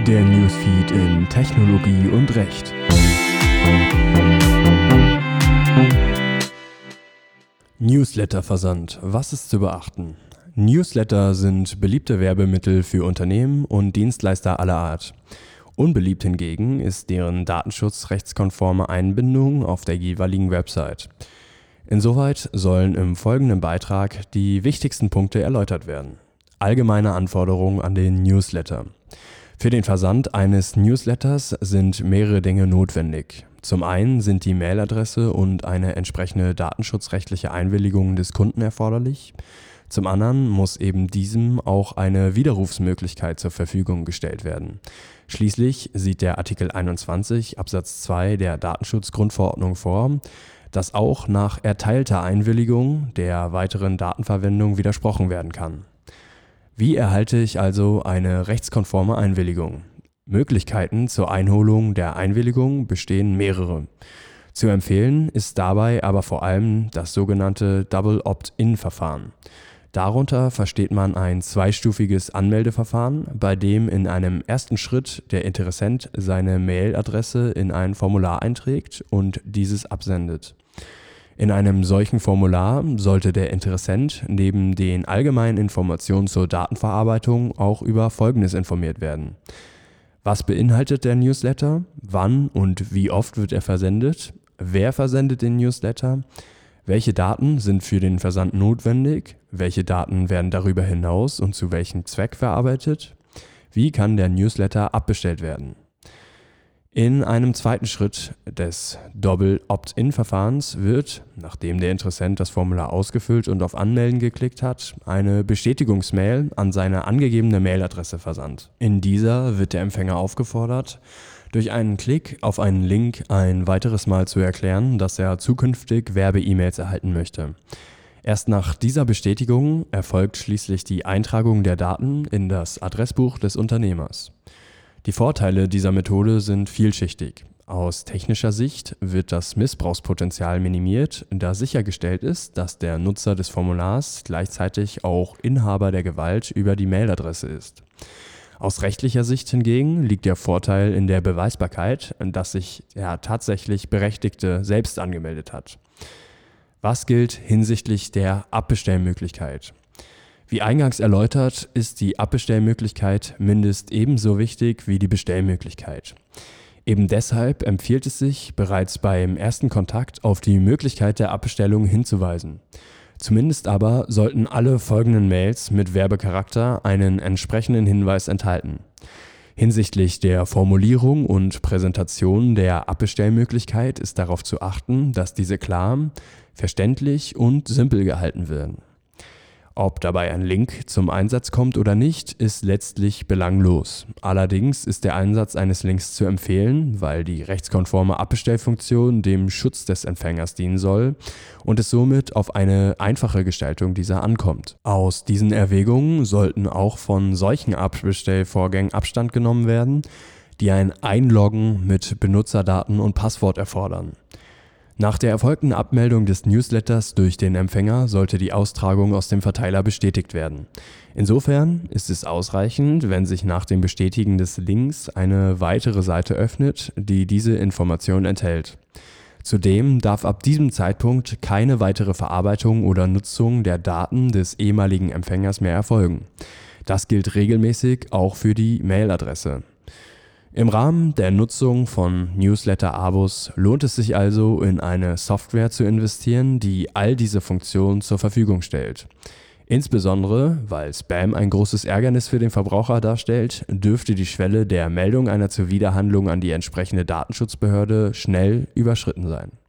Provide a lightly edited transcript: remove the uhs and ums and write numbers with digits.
Der Newsfeed in Technologie und Recht. Newsletterversand. Was ist zu beachten? Newsletter sind beliebte Werbemittel für Unternehmen und Dienstleister aller Art. Unbeliebt hingegen ist deren datenschutzrechtskonforme Einbindung auf der jeweiligen Website. Insoweit sollen im folgenden Beitrag die wichtigsten Punkte erläutert werden. Allgemeine Anforderungen an den Newsletter. Für den Versand eines Newsletters sind mehrere Dinge notwendig. Zum einen sind die Mailadresse und eine entsprechende datenschutzrechtliche Einwilligung des Kunden erforderlich. Zum anderen muss eben diesem auch eine Widerrufsmöglichkeit zur Verfügung gestellt werden. Schließlich sieht der Artikel 21 Absatz 2 der Datenschutzgrundverordnung vor, dass auch nach erteilter Einwilligung der weiteren Datenverwendung widersprochen werden kann. Wie erhalte ich also eine rechtskonforme Einwilligung? Möglichkeiten zur Einholung der Einwilligung bestehen mehrere. Zu empfehlen ist dabei aber vor allem das sogenannte Double Opt-in-Verfahren. Darunter versteht man ein zweistufiges Anmeldeverfahren, bei dem in einem ersten Schritt der Interessent seine Mailadresse in ein Formular einträgt und dieses absendet. In einem solchen Formular sollte der Interessent neben den allgemeinen Informationen zur Datenverarbeitung auch über Folgendes informiert werden. Was beinhaltet der Newsletter? Wann und wie oft wird er versendet? Wer versendet den Newsletter? Welche Daten sind für den Versand notwendig? Welche Daten werden darüber hinaus und zu welchem Zweck verarbeitet? Wie kann der Newsletter abbestellt werden? In einem zweiten Schritt des Double Opt-in-Verfahrens wird, nachdem der Interessent das Formular ausgefüllt und auf Anmelden geklickt hat, eine Bestätigungsmail an seine angegebene Mailadresse versandt. In dieser wird der Empfänger aufgefordert, durch einen Klick auf einen Link ein weiteres Mal zu erklären, dass er zukünftig Werbe-E-Mails erhalten möchte. Erst nach dieser Bestätigung erfolgt schließlich die Eintragung der Daten in das Adressbuch des Unternehmers. Die Vorteile dieser Methode sind vielschichtig. Aus technischer Sicht wird das Missbrauchspotenzial minimiert, da sichergestellt ist, dass der Nutzer des Formulars gleichzeitig auch Inhaber der Gewalt über die Mailadresse ist. Aus rechtlicher Sicht hingegen liegt der Vorteil in der Beweisbarkeit, dass sich der tatsächlich Berechtigte selbst angemeldet hat. Was gilt hinsichtlich der Abbestellmöglichkeit? Wie eingangs erläutert, ist die Abbestellmöglichkeit mindestens ebenso wichtig wie die Bestellmöglichkeit. Eben deshalb empfiehlt es sich, bereits beim ersten Kontakt auf die Möglichkeit der Abbestellung hinzuweisen. Zumindest aber sollten alle folgenden Mails mit Werbecharakter einen entsprechenden Hinweis enthalten. Hinsichtlich der Formulierung und Präsentation der Abbestellmöglichkeit ist darauf zu achten, dass diese klar, verständlich und simpel gehalten werden. Ob dabei ein Link zum Einsatz kommt oder nicht, ist letztlich belanglos. Allerdings ist der Einsatz eines Links zu empfehlen, weil die rechtskonforme Abbestellfunktion dem Schutz des Empfängers dienen soll und es somit auf eine einfache Gestaltung dieser ankommt. Aus diesen Erwägungen sollten auch von solchen Abbestellvorgängen Abstand genommen werden, die ein Einloggen mit Benutzerdaten und Passwort erfordern. Nach der erfolgten Abmeldung des Newsletters durch den Empfänger sollte die Austragung aus dem Verteiler bestätigt werden. Insofern ist es ausreichend, wenn sich nach dem Bestätigen des Links eine weitere Seite öffnet, die diese Information enthält. Zudem darf ab diesem Zeitpunkt keine weitere Verarbeitung oder Nutzung der Daten des ehemaligen Empfängers mehr erfolgen. Das gilt regelmäßig auch für die Mailadresse. Im Rahmen der Nutzung von Newsletter-Abos lohnt es sich also, in eine Software zu investieren, die all diese Funktionen zur Verfügung stellt. Insbesondere, weil Spam ein großes Ärgernis für den Verbraucher darstellt, dürfte die Schwelle der Meldung einer Zuwiderhandlung an die entsprechende Datenschutzbehörde schnell überschritten sein.